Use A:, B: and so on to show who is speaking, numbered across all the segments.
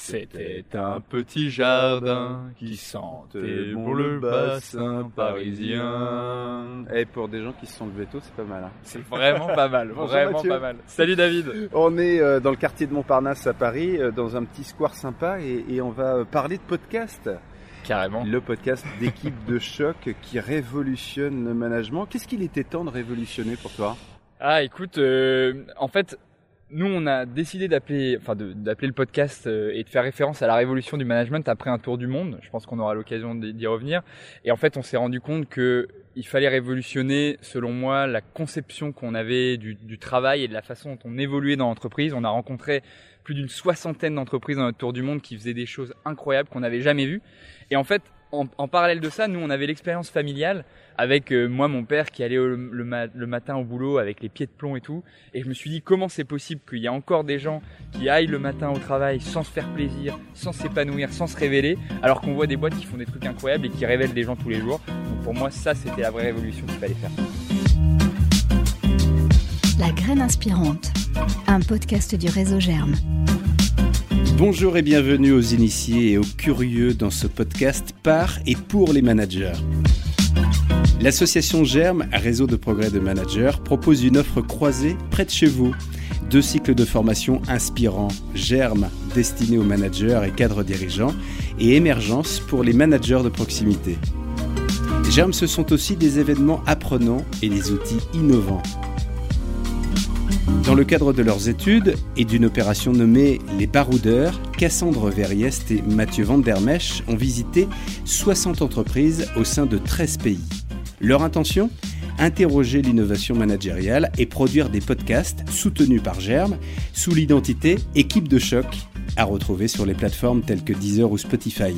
A: C'était un petit jardin qui sentait bon le bassin parisien.
B: Et pour des gens qui se sont levés tôt, c'est pas mal. Hein.
A: C'est vraiment pas mal, vraiment pas mal. Salut David.
B: On est dans le quartier de Montparnasse à Paris, dans un petit square sympa et on va parler de podcast.
A: Carrément.
B: Le podcast d'équipe de choc qui révolutionne le management. Qu'est-ce qu'il était temps de révolutionner pour toi ?
A: Ah écoute, en fait... Nous, on a décidé d'appeler le podcast et de faire référence à la révolution du management après un tour du monde. Je pense qu'on aura l'occasion d'y revenir. Et en fait, on s'est rendu compte que il fallait révolutionner, selon moi, la conception qu'on avait du travail et de la façon dont on évoluait dans l'entreprise. On a rencontré plus d'une 60aine d'entreprises dans notre tour du monde qui faisaient des choses incroyables qu'on n'avait jamais vues. Et en fait, en parallèle de ça, nous, on avait l'expérience familiale avec moi, mon père qui allait le matin au boulot avec les pieds de plomb et tout. Et je me suis dit, comment c'est possible qu'il y a encore des gens qui aillent le matin au travail sans se faire plaisir, sans s'épanouir, sans se révéler, alors qu'on voit des boîtes qui font des trucs incroyables et qui révèlent des gens tous les jours. Donc pour moi, ça, c'était la vraie révolution qu'il fallait faire.
C: La graine inspirante, un podcast du réseau Germe.
B: Bonjour et bienvenue aux initiés et aux curieux dans ce podcast par et pour les managers. L'association Germe, réseau de progrès de managers, propose une offre croisée près de chez vous. 2 cycles de formation inspirants, Germe, destiné aux managers et cadres dirigeants, et Émergence pour les managers de proximité. Germe, ce sont aussi des événements apprenants et des outils innovants. Dans le cadre de leurs études et d'une opération nommée les Baroudeurs, Cassandre Verriest et Mathieu Vandermesch ont visité 60 entreprises au sein de 13 pays. Leur intention ? Interroger l'innovation managériale et produire des podcasts soutenus par Germe sous l'identité Équipe de choc, à retrouver sur les plateformes telles que Deezer ou Spotify.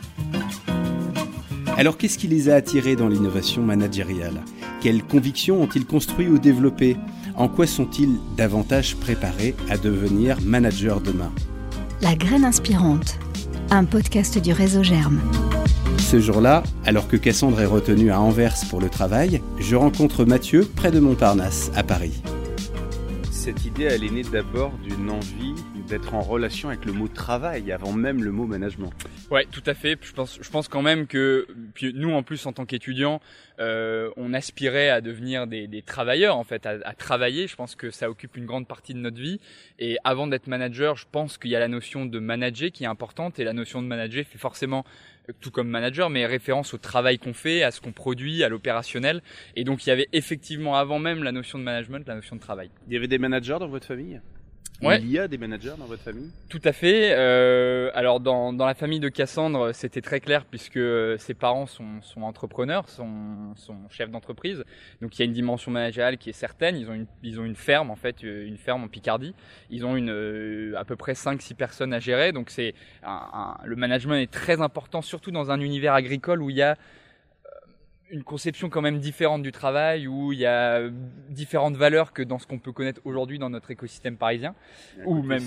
B: Alors qu'est-ce qui les a attirés dans l'innovation managériale ? Quelles convictions ont-ils construit ou développées ? En quoi sont-ils davantage préparés à devenir managers demain ?
C: La graine inspirante, un podcast du réseau Germe.
B: Ce jour-là, alors que Cassandre est retenue à Anvers pour le travail, je rencontre Mathieu près de Montparnasse, à Paris. Cette idée, elle est née d'abord d'une envie d'être en relation avec le mot travail, avant même le mot management.
A: Ouais, tout à fait. Je pense quand même que puis nous, en plus, en tant qu'étudiants, on aspirait à devenir des travailleurs, en fait, à travailler. Je pense que ça occupe une grande partie de notre vie. Et avant d'être manager, je pense qu'il y a la notion de manager qui est importante. Et la notion de manager fait forcément, tout comme manager, mais référence au travail qu'on fait, à ce qu'on produit, à l'opérationnel. Et donc, il y avait effectivement, avant même la notion de management, la notion de travail.
B: Il y avait des managers dans votre famille ?
A: Ouais.
B: Il y a des managers dans votre famille ?
A: Tout à fait. Alors dans la famille de Cassandre, c'était très clair puisque ses parents sont entrepreneurs, sont chefs d'entreprise. Donc il y a une dimension managériale qui est certaine. Ils ont une ferme en fait, une ferme en Picardie. Ils ont à peu près 5-6 personnes à gérer. Donc c'est le management est très important, surtout dans un univers agricole où il y a une conception quand même différente du travail, où il y a différentes valeurs que dans ce qu'on peut connaître aujourd'hui dans notre écosystème parisien. Ou même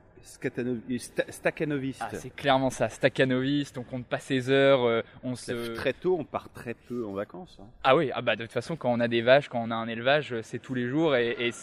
B: staccanoviste.
A: Ah, c'est clairement ça, staccanoviste, on compte pas ses heures,
B: Très tôt, on part très peu en vacances. Hein.
A: Ah oui, de toute façon, quand on a des vaches, quand on a un élevage, c'est tous les jours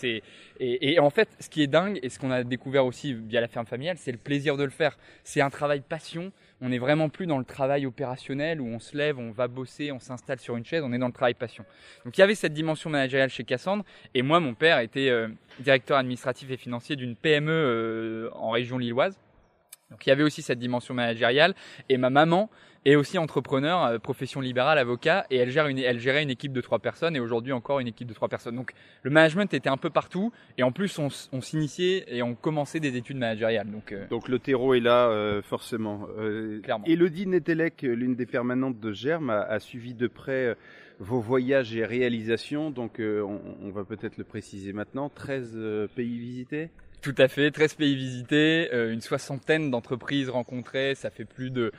A: et en fait, ce qui est dingue et ce qu'on a découvert aussi via la ferme familiale, c'est le plaisir de le faire. C'est un travail passion. On n'est vraiment plus dans le travail opérationnel où on se lève, on va bosser, on s'installe sur une chaise, on est dans le travail passion. Donc il y avait cette dimension managériale chez Cassandre et moi, mon père était directeur administratif et financier d'une PME en région lilloise. Donc il y avait aussi cette dimension managériale et ma maman est aussi entrepreneur, profession libérale, avocat et elle gérait une équipe de 3 personnes et aujourd'hui encore une équipe de 3 personnes. Donc le management était un peu partout et en plus on s'initiait et on commençait des études managériales.
B: Donc le terreau est là forcément.
A: Clairement.
B: Élodie Netelec, l'une des permanentes de Germe, a suivi de près vos voyages et réalisations. Donc on va peut-être le préciser maintenant. 13 pays visités ?
A: Tout à fait, 13 pays visités, une 60aine d'entreprises rencontrées, ça fait plus de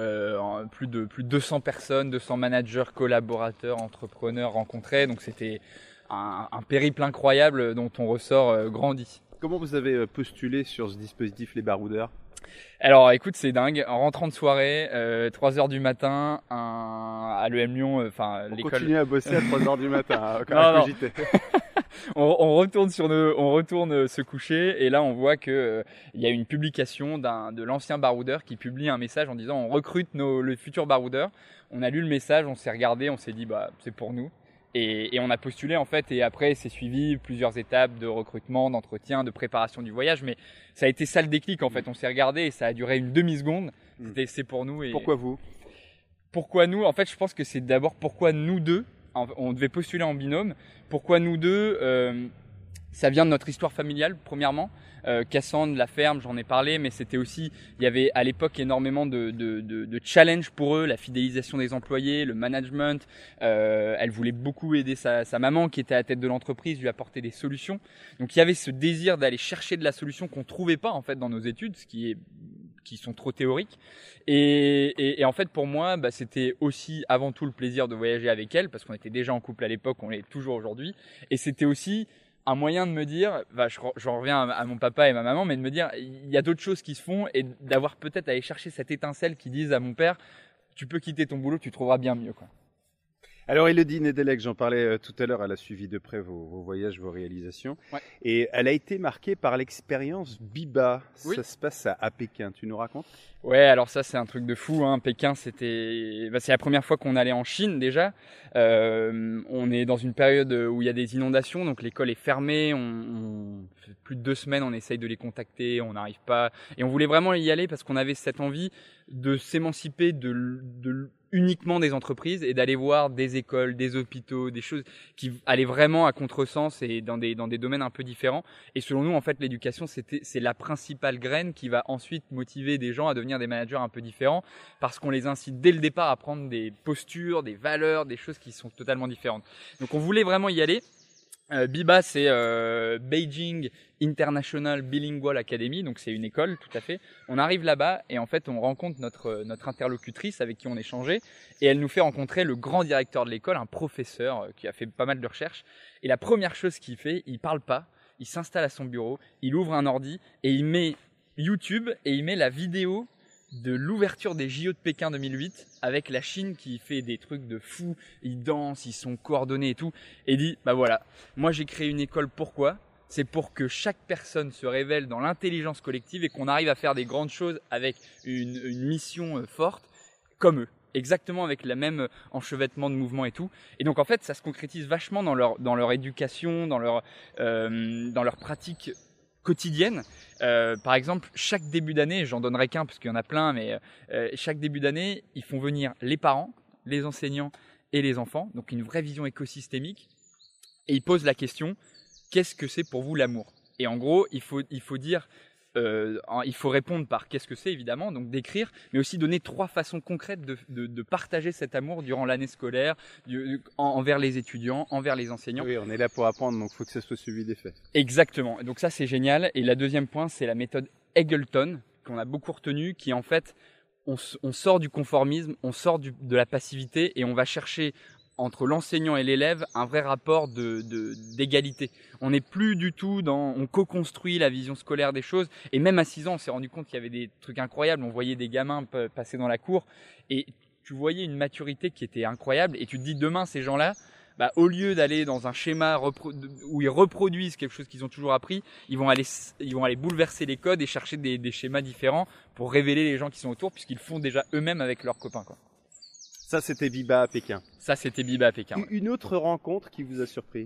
A: 200 personnes, 200 managers, collaborateurs, entrepreneurs rencontrés. Donc c'était un périple incroyable dont on ressort grandi.
B: Comment vous avez postulé sur ce dispositif Les Baroudeurs ?
A: Alors écoute, c'est dingue. En rentrant de soirée, 3h du matin, à l'EM Lyon,
B: On
A: l'école.
B: continue à bosser à 3h du matin, à
A: Non.
B: cogiter.
A: On retourne se coucher et là on voit que il y a une publication de l'ancien baroudeur qui publie un message en disant on recrute le futur baroudeur. On a lu le message, on s'est regardé, on s'est dit bah c'est pour nous. Et on a postulé en fait, et après c'est suivi plusieurs étapes de recrutement, d'entretien, de préparation du voyage, mais ça a été ça le déclic en fait. On s'est regardé et ça a duré une demi-seconde. C'est pour nous. Et
B: Pourquoi vous?
A: Pourquoi nous? En fait, je pense que c'est d'abord pourquoi nous deux. On devait postuler en binôme. Pourquoi nous deux? Ça vient de notre histoire familiale, premièrement. Cassandre, la ferme, j'en ai parlé, mais c'était aussi, il y avait à l'époque énormément de challenges pour eux, la fidélisation des employés, le management. Elle voulait beaucoup aider sa maman qui était à la tête de l'entreprise, lui apporter des solutions. Donc il y avait ce désir d'aller chercher de la solution qu'on trouvait pas en fait dans nos études, qui sont trop théoriques. Et en fait, pour moi, c'était aussi avant tout le plaisir de voyager avec elle, parce qu'on était déjà en couple à l'époque, on l'est toujours aujourd'hui. Et c'était aussi un moyen de me dire, je reviens à mon papa et ma maman, mais de me dire, il y a d'autres choses qui se font et d'avoir peut-être à aller chercher cette étincelle qui dise à mon père, tu peux quitter ton boulot, tu trouveras bien mieux, quoi.
B: Alors Élodie Nedelec, j'en parlais tout à l'heure, elle a suivi de près vos voyages, vos réalisations.
A: Ouais.
B: Et elle a été marquée par l'expérience Biba.
A: Oui.
B: Ça se passe à Pékin, tu nous racontes?
A: Ouais, alors ça c'est un truc de fou, hein. Pékin, c'est la première fois qu'on allait en Chine déjà. On est dans une période où il y a des inondations, donc l'école est fermée. On plus de 2 semaines, on essaye de les contacter, on n'arrive pas. Et on voulait vraiment y aller parce qu'on avait cette envie de s'émanciper de uniquement des entreprises et d'aller voir des écoles, des hôpitaux, des choses qui allaient vraiment à contresens et dans des domaines un peu différents. Et selon nous, en fait, l'éducation, c'est la principale graine qui va ensuite motiver des gens à devenir des managers un peu différents parce qu'on les incite dès le départ à prendre des postures, des valeurs, des choses qui sont totalement différentes. Donc on voulait vraiment y aller. Biba, c'est Beijing International Bilingual Academy, donc c'est une école, tout à fait. On arrive là-bas et en fait on rencontre notre interlocutrice avec qui on échangeait et elle nous fait rencontrer le grand directeur de l'école, un professeur qui a fait pas mal de recherches. Et la première chose qu'il fait, il parle pas, il s'installe à son bureau, il ouvre un ordi et il met YouTube et il met la vidéo de l'ouverture des JO de Pékin 2008 avec la Chine qui fait des trucs de fou, ils dansent, ils sont coordonnés et tout, et dit bah voilà, moi j'ai créé une école, pourquoi? C'est pour que chaque personne se révèle dans l'intelligence collective et qu'on arrive à faire des grandes choses avec une mission forte comme eux. Exactement avec le même enchevêtrement de mouvements et tout. Et donc en fait ça se concrétise vachement dans leur éducation, dans leur pratique quotidienne. Par exemple, chaque début d'année, j'en donnerai qu'un parce qu'il y en a plein, mais chaque début d'année, ils font venir les parents, les enseignants et les enfants, donc une vraie vision écosystémique, et ils posent la question, qu'est-ce que c'est pour vous l'amour? Et en gros, il faut dire, il faut répondre par qu'est-ce que c'est évidemment, donc d'écrire, mais aussi donner 3 façons concrètes de partager cet amour durant l'année scolaire, envers les étudiants, envers les enseignants.
B: Oui, on est là pour apprendre, donc il faut que ça soit suivi des faits.
A: Exactement, donc ça c'est génial. Et la deuxième point, c'est la méthode Eggleton, qu'on a beaucoup retenue, qui en fait, on sort du conformisme, on sort de la passivité et on va chercher entre l'enseignant et l'élève un vrai rapport d'égalité. On n'est plus du tout on co-construit la vision scolaire des choses. Et même à 6 ans, on s'est rendu compte qu'il y avait des trucs incroyables. On voyait des gamins passer dans la cour et tu voyais une maturité qui était incroyable. Et tu te dis, demain, ces gens-là, au lieu d'aller dans un schéma où ils reproduisent quelque chose qu'ils ont toujours appris, ils vont aller bouleverser les codes et chercher des schémas différents pour révéler les gens qui sont autour, puisqu'ils le font déjà eux-mêmes avec leurs copains, quoi.
B: Ça, c'était Biba à Pékin.
A: Ça, c'était Biba à Pékin. Ouais.
B: Une autre rencontre qui vous a surpris?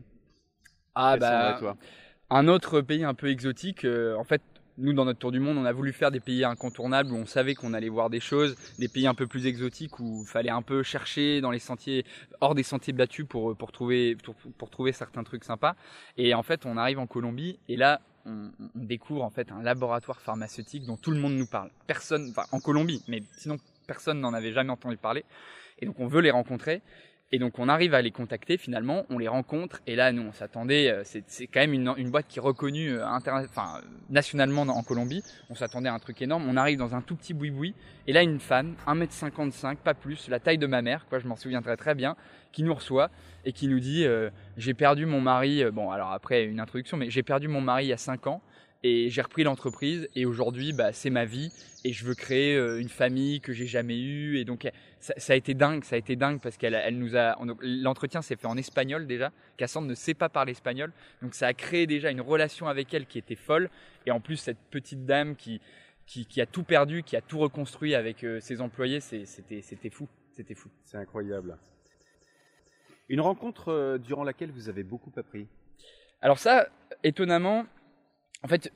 A: Toi. Un autre pays un peu exotique. En fait, nous, dans notre tour du monde, on a voulu faire des pays incontournables où on savait qu'on allait voir des choses, des pays un peu plus exotiques où il fallait un peu chercher dans les sentiers, hors des sentiers battus pour trouver certains trucs sympas. Et en fait, on arrive en Colombie et là, on découvre en fait un laboratoire pharmaceutique dont tout le monde nous parle. Personne, en Colombie, mais sinon personne n'en avait jamais entendu parler. Et donc on veut les rencontrer. Et donc on arrive à les contacter finalement, on les rencontre. Et là, nous, on s'attendait, c'est quand même une boîte qui est reconnue nationalement en Colombie. On s'attendait à un truc énorme. On arrive dans un tout petit boui-boui. Et là, une femme, 1m55, pas plus, la taille de ma mère, quoi, je m'en souviendrai très bien, qui nous reçoit et qui nous dit j'ai perdu mon mari. Bon, alors après une introduction, mais j'ai perdu mon mari il y a 5 ans. et j'ai repris l'entreprise et aujourd'hui c'est ma vie et je veux créer une famille que j'ai jamais eue et donc ça a été dingue parce qu'elle nous a l'entretien s'est fait en espagnol déjà. Cassandre ne sait pas parler espagnol, donc ça a créé déjà une relation avec elle qui était folle et en plus cette petite dame qui a tout perdu, qui a tout reconstruit avec ses employés, c'était fou.
B: C'est incroyable. Une rencontre durant laquelle vous avez beaucoup appris.
A: Alors ça, étonnamment, en fait,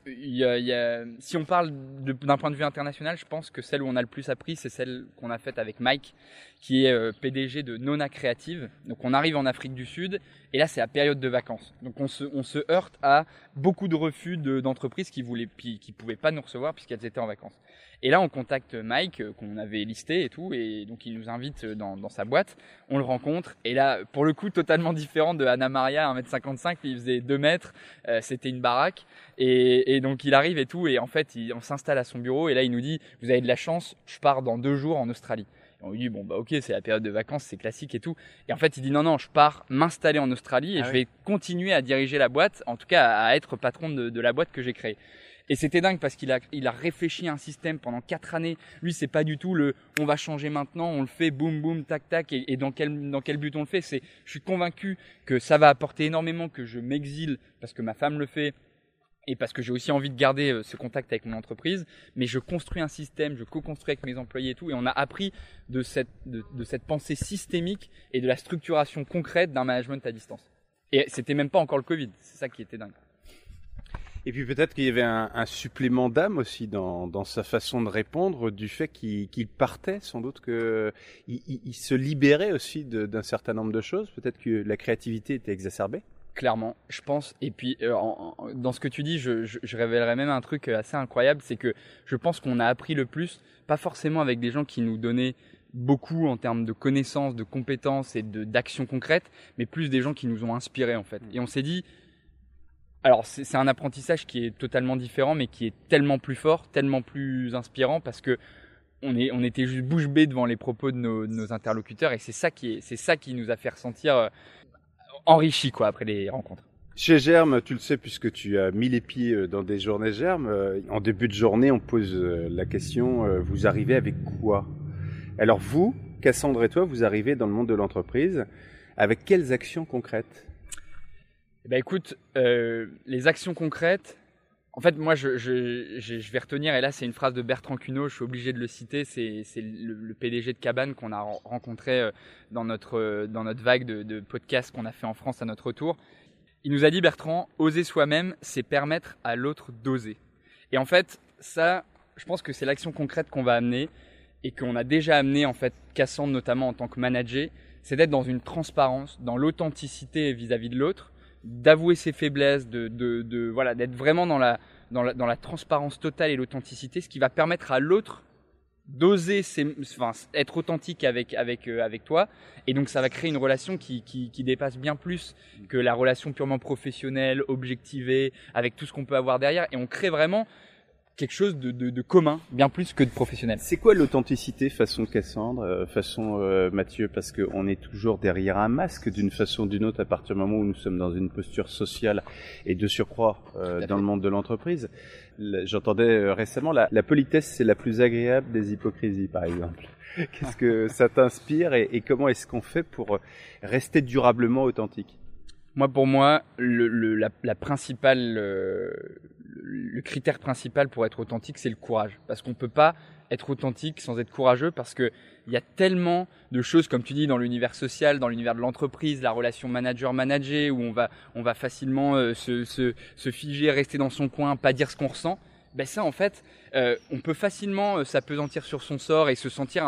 A: si on parle d'un point de vue international, je pense que celle où on a le plus appris, c'est celle qu'on a faite avec Mike, qui est PDG de Nona Creative. Donc on arrive en Afrique du Sud et là c'est la période de vacances. Donc on se heurte à beaucoup de refus d'entreprises qui pouvaient pas nous recevoir puisqu'elles étaient en vacances. Et là on contacte Mike qu'on avait listé et tout et donc il nous invite dans sa boîte. On le rencontre et là pour le coup totalement différent de Anna Maria 1m55, il faisait 2 mètres, c'était une baraque et donc il arrive et tout et en fait on s'installe à son bureau et là il nous dit vous avez de la chance, je pars dans 2 jours en Australie. Et on lui dit ok c'est la période de vacances, c'est classique et tout. Et en fait il dit non je pars m'installer en Australie et je vais continuer à diriger la boîte, en tout cas à être patron de la boîte que j'ai créée. Et c'était dingue parce qu'il a réfléchi à un système pendant 4 années. Lui, c'est pas du tout on va changer maintenant, on le fait boum boum tac tac et dans quel but on le fait. Je suis convaincu que ça va apporter énormément que je m'exile parce que ma femme le fait et parce que j'ai aussi envie de garder ce contact avec mon entreprise. Mais je construis un système, je co-construis avec mes employés et tout. Et on a appris de cette pensée systémique et de la structuration concrète d'un management à distance. Et c'était même pas encore le Covid. C'est ça qui était dingue.
B: Et puis peut-être qu'il y avait un supplément d'âme aussi dans sa façon de répondre, du fait qu'il partait, sans doute qu'il se libérait aussi d'un certain nombre de choses. Peut-être que la créativité était exacerbée.
A: Clairement, je pense. Et puis dans ce que tu dis, je révélerais même un truc assez incroyable, c'est que je pense qu'on a appris le plus, pas forcément avec des gens qui nous donnaient beaucoup en termes de connaissances, de compétences et d'actions concrètes, mais plus des gens qui nous ont inspirés en fait. Et on s'est dit, alors c'est un apprentissage qui est totalement différent, mais qui est tellement plus fort, tellement plus inspirant, parce que on était juste bouche bée devant les propos de nos interlocuteurs, et c'est ça qui nous a fait ressentir enrichi après les rencontres.
B: Chez Germe, tu le sais puisque tu as mis les pieds dans des journées Germe, en début de journée on pose la question, vous arrivez avec quoi? Alors vous, Cassandre et toi, vous arrivez dans le monde de l'entreprise avec quelles actions concrètes?
A: Écoute, les actions concrètes, en fait moi je vais retenir, et là c'est une phrase de Bertrand Cuneau, je suis obligé de le citer, c'est le PDG de Cabane qu'on a rencontré dans notre vague de podcasts qu'on a fait en France à notre retour. Il nous a dit, Bertrand, oser soi-même, c'est permettre à l'autre d'oser. Et en fait, ça, je pense que c'est l'action concrète qu'on va amener et qu'on a déjà amené en fait, Cassandre notamment en tant que manager, c'est d'être dans une transparence, dans l'authenticité vis-à-vis de l'autre, d'avouer ses faiblesses, voilà, d'être vraiment dans la transparence totale et l'authenticité, ce qui va permettre à l'autre d'oser être authentique avec toi, et donc ça va créer une relation qui dépasse bien plus que la relation purement professionnelle, objectivée, avec tout ce qu'on peut avoir derrière, et on crée vraiment quelque chose de commun, bien plus que de professionnel.
B: C'est quoi l'authenticité façon Cassandre, façon Mathieu? Parce qu'on est toujours derrière un masque d'une façon ou d'une autre à partir du moment où nous sommes dans une posture sociale et de surcroît dans le monde de l'entreprise. J'entendais récemment la politesse, c'est la plus agréable des hypocrisies, par exemple. Qu'est-ce que ça t'inspire et comment est-ce qu'on fait pour rester durablement authentique?
A: Pour moi, le critère principal pour être authentique, c'est le courage. Parce qu'on peut pas être authentique sans être courageux, parce que il y a tellement de choses, comme tu dis, dans l'univers social, dans l'univers de l'entreprise, la relation manager-manager, où on va facilement se figer, rester dans son coin, pas dire ce qu'on ressent. Ça, en fait, on peut facilement s'appesantir sur son sort et se sentir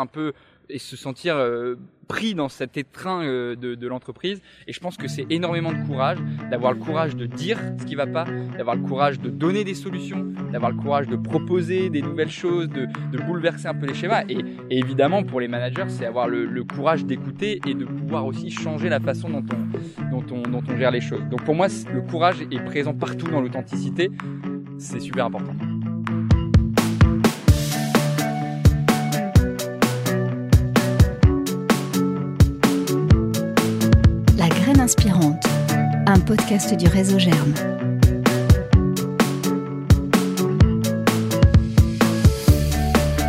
A: pris dans cet étreint de l'entreprise. Et je pense que c'est énormément de courage, d'avoir le courage de dire ce qui va pas, d'avoir le courage de donner des solutions, d'avoir le courage de proposer des nouvelles choses, de bouleverser un peu les schémas. Et évidemment, pour les managers, c'est avoir le courage d'écouter et de pouvoir aussi changer la façon dont on gère les choses. Donc pour moi, le courage est présent partout dans l'authenticité. C'est super important.
C: La Graine Inspirante, un podcast du réseau Germe.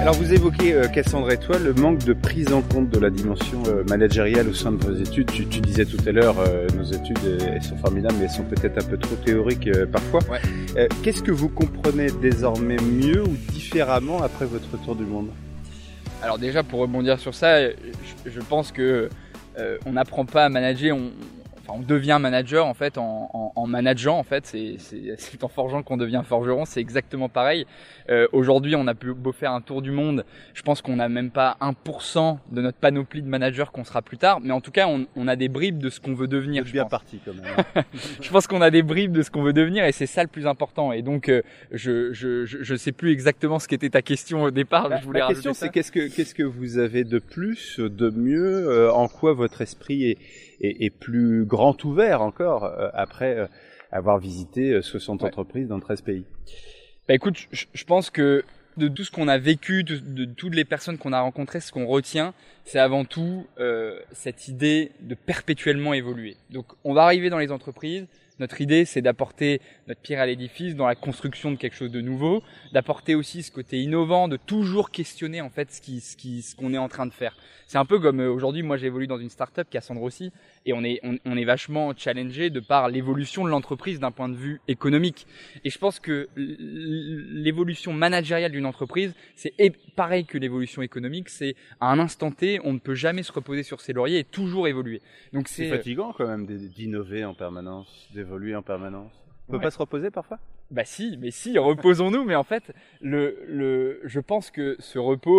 B: Alors vous évoquez, Cassandre et toi, le manque de prise en compte de la dimension managériale au sein de vos études. Tu disais tout à l'heure, nos études, elles sont formidables, mais elles sont peut-être un peu trop théoriques parfois.
A: Ouais.
B: Qu'est-ce que vous comprenez désormais mieux ou différemment après votre tour du monde ?
A: Alors déjà, pour rebondir sur ça, je pense que on n'apprend pas à manager, on devient manager en fait en manageant en fait. C'est en forgeant qu'on devient forgeron. C'est exactement pareil. Aujourd'hui, on a beau faire un tour du monde, je pense qu'on n'a même pas 1% de notre panoplie de managers qu'on sera plus tard. Mais en tout cas, on a des bribes de ce qu'on veut devenir.
B: C'est bien parti quand même.
A: Je pense qu'on a des bribes de ce qu'on veut devenir et c'est ça le plus important. Et donc, je sais plus exactement ce qu'était ta question au départ.
B: La question, c'est qu'est-ce que vous avez de plus, de mieux, en quoi votre esprit est plus grand ouvert encore après avoir visité 60 entreprises dans 13 pays.
A: Bah écoute, je pense que de tout ce qu'on a vécu, de toutes les personnes qu'on a rencontrées, ce qu'on retient, c'est avant tout cette idée de perpétuellement évoluer. Donc on va arriver dans les entreprises. Notre idée, c'est d'apporter notre pierre à l'édifice dans la construction de quelque chose de nouveau, d'apporter aussi ce côté innovant, de toujours questionner en fait ce qu'on est en train de faire. C'est un peu comme aujourd'hui, moi j'évolue dans une start-up, Cassandre aussi, et on est vachement challengé de par l'évolution de l'entreprise d'un point de vue économique. Et je pense que l'évolution managériale d'une entreprise, c'est pareil que l'évolution économique, c'est à un instant T, on ne peut jamais se reposer sur ses lauriers et toujours évoluer. Donc
B: c'est fatigant quand même d'innover en permanence, d'évoluer en permanence. On peut pas se reposer parfois ?
A: Bah si, reposons-nous. Mais en fait, je pense que ce repos,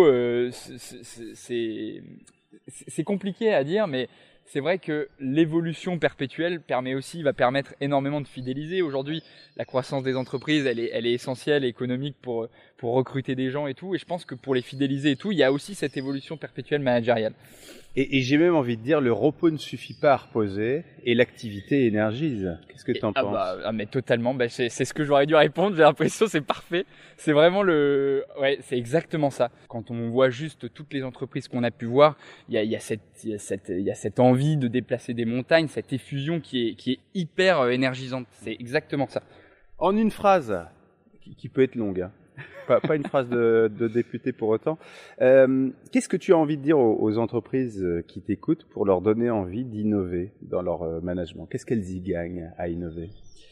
A: c'est compliqué à dire, mais c'est vrai que l'évolution perpétuelle va permettre énormément de fidéliser. Aujourd'hui, la croissance des entreprises, elle est essentielle, économique pour recruter des gens et tout. Et je pense que pour les fidéliser et tout, il y a aussi cette évolution perpétuelle managériale.
B: Et j'ai même envie de dire, le repos ne suffit pas à reposer et l'activité énergise. Qu'est-ce que tu en penses ?
A: Mais totalement. C'est ce que j'aurais dû répondre. J'ai l'impression, c'est parfait. C'est vraiment c'est exactement ça. Quand on voit juste toutes les entreprises qu'on a pu voir, il y a cette envie de déplacer des montagnes, cette effusion qui est hyper énergisante. C'est exactement ça.
B: En une phrase, qui peut être longue, hein. Pas une phrase de député pour autant. Qu'est-ce que tu as envie de dire aux entreprises qui t'écoutent pour leur donner envie d'innover dans leur management ? Qu'est-ce qu'elles y gagnent à innover ?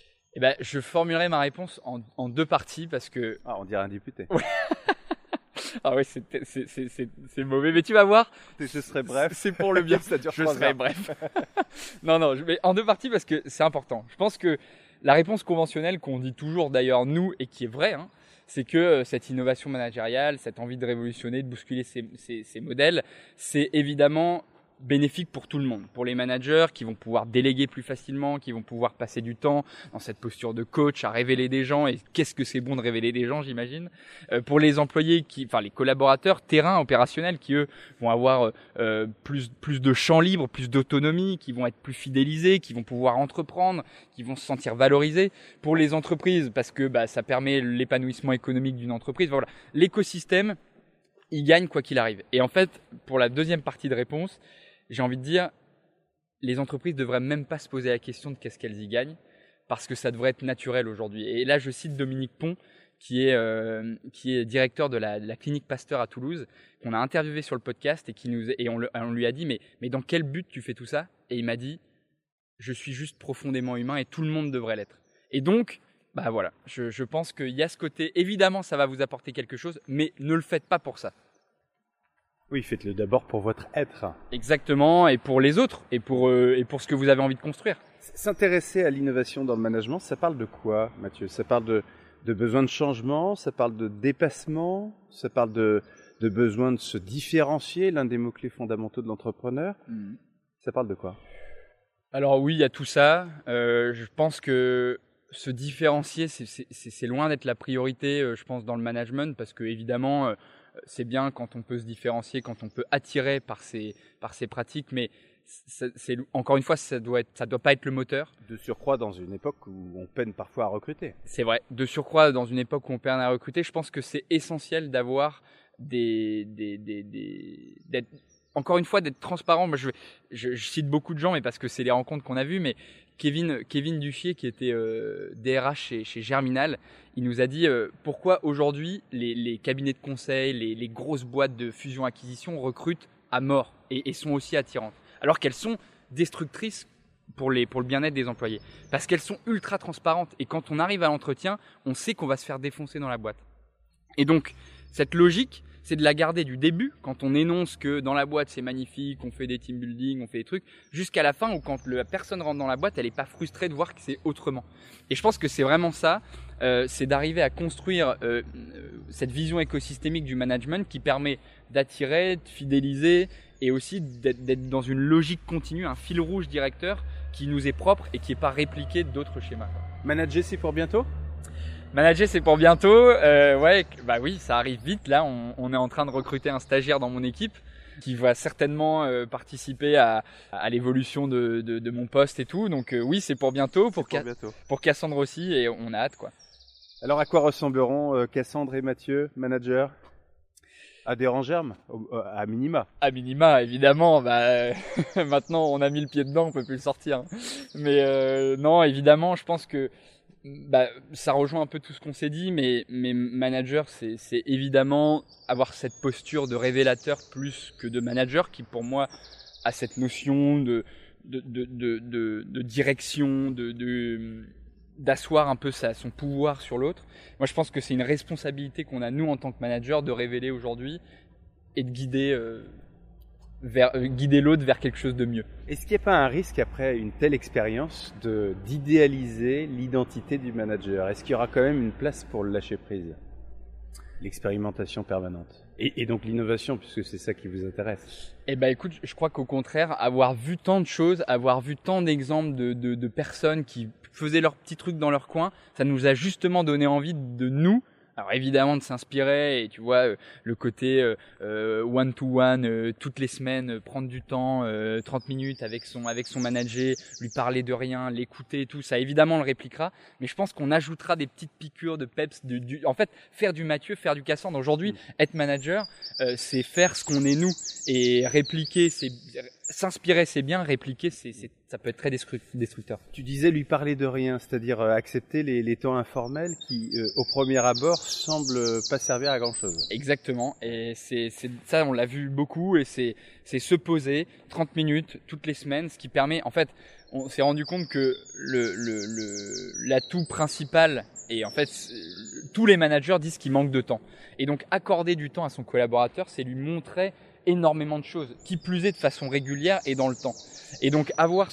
A: Je formulerai ma réponse en deux parties parce que...
B: Ah, on dirait un député.
A: Ouais. Ah ouais, c'est mauvais, mais tu vas voir.
B: Ce serait bref.
A: C'est pour le bien.
B: Ça dure
A: je serai bref. Non, mais en deux parties parce que c'est important. Je pense que la réponse conventionnelle qu'on dit toujours d'ailleurs nous et qui est vraie, hein, c'est que cette innovation managériale, cette envie de révolutionner, de bousculer ces modèles, c'est évidemment bénéfique pour tout le monde. Pour les managers qui vont pouvoir déléguer plus facilement, qui vont pouvoir passer du temps dans cette posture de coach à révéler des gens. Et qu'est-ce que c'est bon de révéler des gens, j'imagine. Pour les employés, les collaborateurs terrain opérationnels qui eux vont avoir plus de champ libre, plus d'autonomie, qui vont être plus fidélisés, qui vont pouvoir entreprendre, qui vont se sentir valorisés. Pour les entreprises, parce que ça permet l'épanouissement économique d'une entreprise. Voilà, l'écosystème, il gagne quoi qu'il arrive. Et en fait, pour la deuxième partie de réponse, j'ai envie de dire, les entreprises devraient même pas se poser la question de qu'est-ce qu'elles y gagnent, parce que ça devrait être naturel aujourd'hui. Et là, je cite Dominique Pont, qui est directeur de la clinique Pasteur à Toulouse, qu'on a interviewé sur le podcast et on lui a dit mais dans quel but tu fais tout ça ? Et il m'a dit, je suis juste profondément humain et tout le monde devrait l'être. Et donc, voilà, je pense qu'il y a ce côté, évidemment, ça va vous apporter quelque chose, mais ne le faites pas pour ça.
B: Oui, faites-le d'abord pour votre être.
A: Exactement, et pour les autres, et pour ce que vous avez envie de construire.
B: S'intéresser à l'innovation dans le management, ça parle de quoi, Mathieu ? Ça parle de besoin de changement, ça parle de dépassement, ça parle de besoin de se différencier, l'un des mots-clés fondamentaux de l'entrepreneur. Ça parle de quoi ?
A: Alors oui, il y a tout ça. Je pense que se différencier, c'est loin d'être la priorité, je pense, dans le management, parce que évidemment, c'est bien quand on peut se différencier, quand on peut attirer par ses pratiques, mais encore une fois, ça doit pas être le moteur.
B: De surcroît, dans une époque où on peine parfois à recruter.
A: C'est vrai. De surcroît, dans une époque où on peine à recruter, je pense que c'est essentiel d'avoir encore une fois, d'être transparent. Moi, je cite beaucoup de gens, mais parce que c'est les rencontres qu'on a vues, mais Kevin Duffier, qui était DRH chez Germinal, il nous a dit pourquoi aujourd'hui les cabinets de conseil, les grosses boîtes de fusion-acquisition recrutent à mort et sont aussi attirantes, alors qu'elles sont destructrices pour le bien-être des employés. Parce qu'elles sont ultra transparentes et quand on arrive à l'entretien, on sait qu'on va se faire défoncer dans la boîte. Et donc, cette logique, c'est de la garder du début, quand on énonce que dans la boîte c'est magnifique, on fait des team building, on fait des trucs, jusqu'à la fin où quand la personne rentre dans la boîte, elle n'est pas frustrée de voir que c'est autrement. Et je pense que c'est vraiment ça, c'est d'arriver à construire cette vision écosystémique du management qui permet d'attirer, de fidéliser et aussi d'être dans une logique continue, un fil rouge directeur qui nous est propre et qui n'est pas répliqué d'autres schémas.
B: Manager, c'est pour bientôt ?
A: Manager, c'est pour bientôt. Ouais, bah oui, ça arrive vite. Là, on est en train de recruter un stagiaire dans mon équipe qui va certainement participer à l'évolution de mon poste et tout. Donc oui, c'est pour bientôt, pour Cassandre aussi, et on a hâte, quoi.
B: Alors, à quoi ressembleront Cassandre et Mathieu, manager ? À des rangermes, à minima.
A: À minima, évidemment. Bah, maintenant, on a mis le pied dedans, on peut plus le sortir. Mais non, évidemment, je pense que ça rejoint un peu tout ce qu'on s'est dit, mais manager, c'est évidemment avoir cette posture de révélateur plus que de manager, qui pour moi a cette notion de direction, d'asseoir un peu son pouvoir sur l'autre. Moi, je pense que c'est une responsabilité qu'on a nous en tant que manager de révéler aujourd'hui et de guider l'autre vers quelque chose de mieux.
B: Est-ce qu'il n'y a pas un risque après une telle expérience d'idéaliser l'identité du manager ? Est-ce qu'il y aura quand même une place pour le lâcher prise ? L'expérimentation permanente. Et donc l'innovation, puisque c'est ça qui vous intéresse.
A: Eh ben écoute, je crois qu'au contraire, avoir vu tant de choses, avoir vu tant d'exemples de personnes qui faisaient leurs petits trucs dans leur coin, ça nous a justement donné envie de nous, alors évidemment de s'inspirer, et tu vois le côté one-to-one toutes les semaines, prendre du temps, 30 minutes avec son manager, lui parler de rien, l'écouter et tout, ça évidemment on le répliquera, mais je pense qu'on ajoutera des petites piqûres de peps, en fait faire du Mathieu, faire du Cassandre. Aujourd'hui, être manager, c'est faire ce qu'on est nous, et répliquer, s'inspirer c'est bien, répliquer ça peut être très destructeur.
B: Tu disais lui parler de rien, c'est-à-dire accepter les temps informels qui, au premier abord, semblent pas servir à grand-chose.
A: Exactement, et c'est ça, on l'a vu beaucoup, et c'est se poser 30 minutes toutes les semaines, ce qui permet, en fait, on s'est rendu compte que l'atout principal, et en fait, tous les managers disent qu'il manque de temps. Et donc, accorder du temps à son collaborateur, c'est lui montrer énormément de choses, qui plus est de façon régulière et dans le temps. Et donc avoir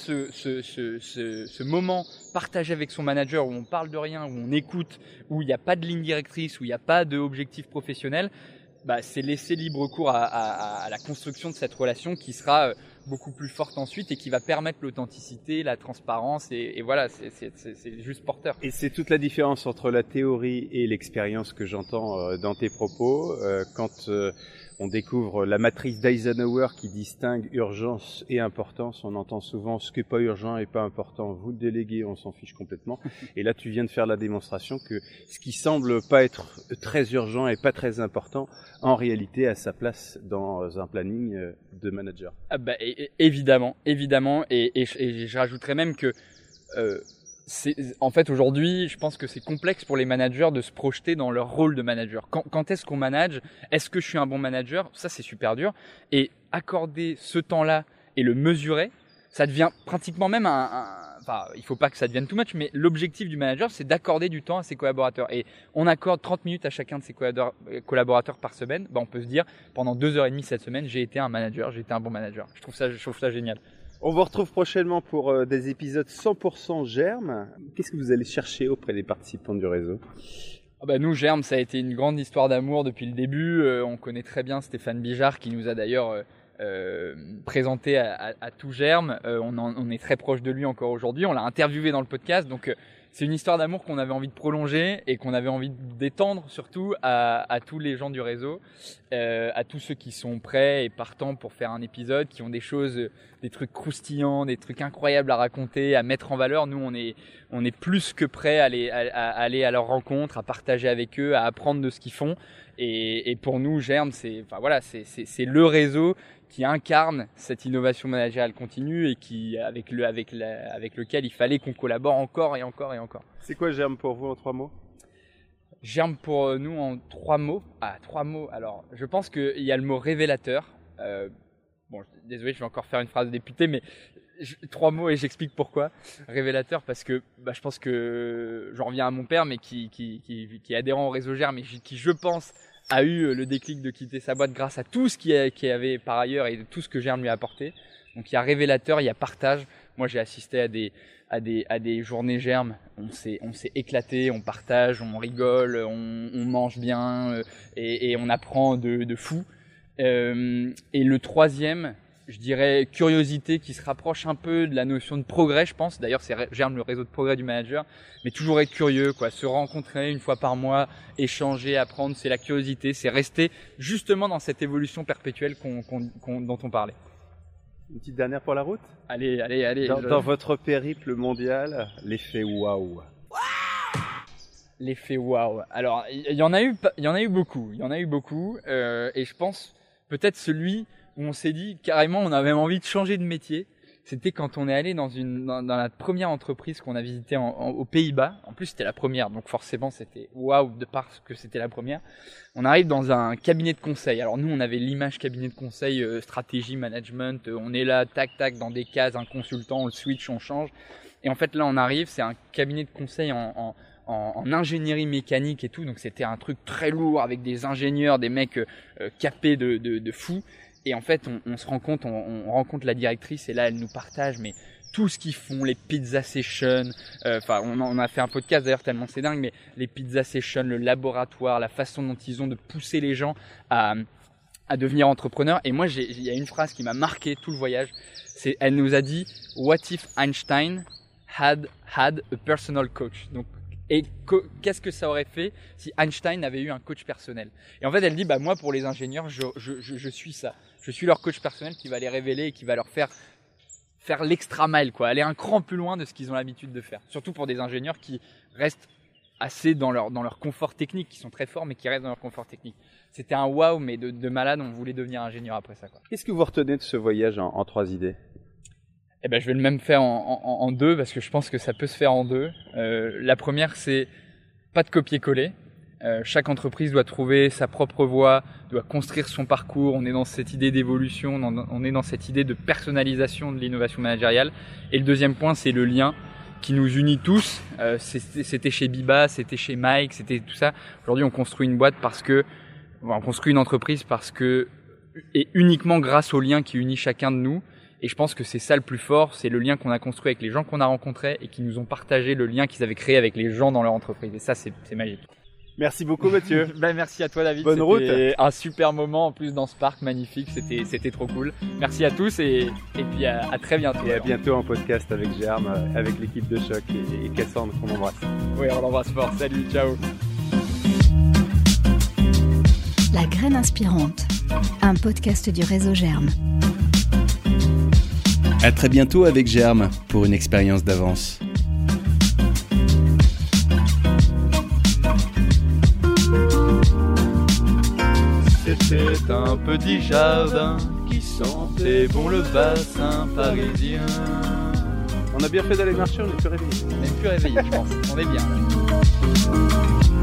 A: ce moment partagé avec son manager où on parle de rien, où on écoute, où il n'y a pas de ligne directrice, où il n'y a pas d'objectif professionnel, c'est laisser libre cours à la construction de cette relation qui sera beaucoup plus forte ensuite et qui va permettre l'authenticité, la transparence et voilà, c'est juste porteur.
B: Et c'est toute la différence entre la théorie et l'expérience que j'entends dans tes propos. Quand on découvre la matrice d'Eisenhower qui distingue urgence et importance, on entend souvent ce qui n'est pas urgent et pas important, vous le déléguez, on s'en fiche complètement. Et là, tu viens de faire la démonstration que ce qui semble pas être très urgent et pas très important, en réalité a sa place dans un planning de manager.
A: Évidemment, et je rajouterais même que en fait aujourd'hui, je pense que c'est complexe pour les managers de se projeter dans leur rôle de manager. Quand est-ce qu'on manage ? Est-ce que je suis un bon manager ? Ça, c'est super dur. Et accorder ce temps-là et le mesurer, ça devient pratiquement même enfin, il faut pas que ça devienne too much, mais l'objectif du manager, c'est d'accorder du temps à ses collaborateurs. Et on accorde 30 minutes à chacun de ses collaborateurs par semaine. On peut se dire, pendant 2h30 cette semaine, j'ai été un manager, j'ai été un bon manager. Je trouve ça génial.
B: On vous retrouve prochainement pour des épisodes 100% Germe. Qu'est-ce que vous allez chercher auprès des participants du réseau ?
A: Nous, Germe, ça a été une grande histoire d'amour depuis le début. On connaît très bien Stéphane Bijard qui nous a d'ailleurs présenté à tout Germe. On est très proche de lui encore aujourd'hui. On l'a interviewé dans le podcast. Donc, c'est une histoire d'amour qu'on avait envie de prolonger et qu'on avait envie d'étendre surtout à tous les gens du réseau, à tous ceux qui sont prêts et partants pour faire un épisode, qui ont des choses, des trucs croustillants, des trucs incroyables à raconter, à mettre en valeur. Nous, on est plus que prêts à aller à leur rencontre, à partager avec eux, à apprendre de ce qu'ils font. Et pour nous, Germ, c'est le réseau qui incarne cette innovation managériale continue et avec lequel il fallait qu'on collabore encore et encore et encore.
B: C'est quoi Germ pour vous en 3 mots?
A: Germ pour nous en 3 mots. 3 mots. Alors, je pense qu'il y a le mot révélateur. Désolé, je vais encore faire une phrase de député, mais 3 mots et j'explique pourquoi. Révélateur parce que je pense que j'en reviens à mon père, mais qui est adhérent au réseau Germ et qui, je pense, a eu le déclic de quitter sa boîte grâce à tout ce qu'il y avait par ailleurs et tout ce que Germ lui a apporté. Donc il y a révélateur, il y a partage. Moi j'ai assisté à des journées Germ. On s'est éclaté, on partage, on rigole, on mange bien et on apprend de fou. Et le 3e, je dirais curiosité qui se rapproche un peu de la notion de progrès, je pense. D'ailleurs, c'est Germ, le réseau de progrès du manager. Mais toujours être curieux, quoi. Se rencontrer une fois par mois, échanger, apprendre, c'est la curiosité. C'est rester justement dans cette évolution perpétuelle dont on parlait.
B: Une petite dernière pour la route?
A: Allez.
B: Dans votre périple mondial, l'effet waouh.
A: L'effet waouh. Alors, il y en a eu beaucoup. Et je pense peut-être celui où on s'est dit carrément on avait envie de changer de métier. C'était quand on est allé dans la première entreprise qu'on a visitée aux Pays-Bas. En plus, c'était la première, donc forcément c'était waouh de parce que c'était la première. On arrive dans un cabinet de conseil. Alors nous, on avait l'image cabinet de conseil, stratégie, management. On est là, tac, dans des cases, un consultant, on le switch, on change. Et en fait, là, on arrive, c'est un cabinet de conseil en ingénierie mécanique et tout. Donc c'était un truc très lourd avec des ingénieurs, des mecs capés de fous. Et en fait, on se rend compte, on rencontre la directrice et là, elle nous partage, mais tout ce qu'ils font, les pizza sessions, on a fait un podcast d'ailleurs tellement c'est dingue, mais les pizza sessions, le laboratoire, la façon dont ils ont de pousser les gens à devenir entrepreneurs. Et moi, il y a une phrase qui m'a marqué tout le voyage. Elle nous a dit « What if Einstein had a personal coach ?» Donc, et qu'est-ce que ça aurait fait si Einstein avait eu un coach personnel? Et en fait, elle dit, moi, pour les ingénieurs, je suis ça. Je suis leur coach personnel qui va les révéler et qui va leur faire l'extra mile, quoi. Aller un cran plus loin de ce qu'ils ont l'habitude de faire. Surtout pour des ingénieurs qui restent assez dans leur confort technique, qui sont très forts, mais qui restent dans leur confort technique. C'était un waouh, mais de malade. On voulait devenir ingénieur après ça, quoi.
B: Qu'est-ce que vous retenez de ce voyage en 3 idées?
A: Je vais le même faire en 2 parce que je pense que ça peut se faire en 2. La première, c'est pas de copier-coller. Chaque entreprise doit trouver sa propre voie, doit construire son parcours. On est dans cette idée d'évolution, on est dans cette idée de personnalisation de l'innovation managériale. Et le deuxième point, c'est le lien qui nous unit tous. C'était chez Biba, c'était chez Mike, c'était tout ça. Aujourd'hui, on construit une boîte on construit une entreprise et uniquement grâce au lien qui unit chacun de nous. Et je pense que c'est ça le plus fort, c'est le lien qu'on a construit avec les gens qu'on a rencontrés et qui nous ont partagé le lien qu'ils avaient créé avec les gens dans leur entreprise. Et ça, c'est magique.
B: Merci beaucoup Mathieu.
A: Merci à toi David.
B: Bonne route.
A: C'était un super moment en plus dans ce parc magnifique, c'était trop cool. Merci à tous et puis à très bientôt.
B: Et à bientôt en podcast avec Germ, avec l'équipe de Choc et Cassandre qu'on embrasse.
A: Oui, on l'embrasse fort. Salut, ciao.
C: La graine inspirante, un podcast du réseau Germ.
B: À très bientôt avec Germ pour une expérience d'avance.
A: C'était un petit jardin qui sentait bon le bassin parisien.
B: On a bien fait d'aller marcher, on n'est plus réveillés.
A: On n'est plus réveillés, je pense. On est bien.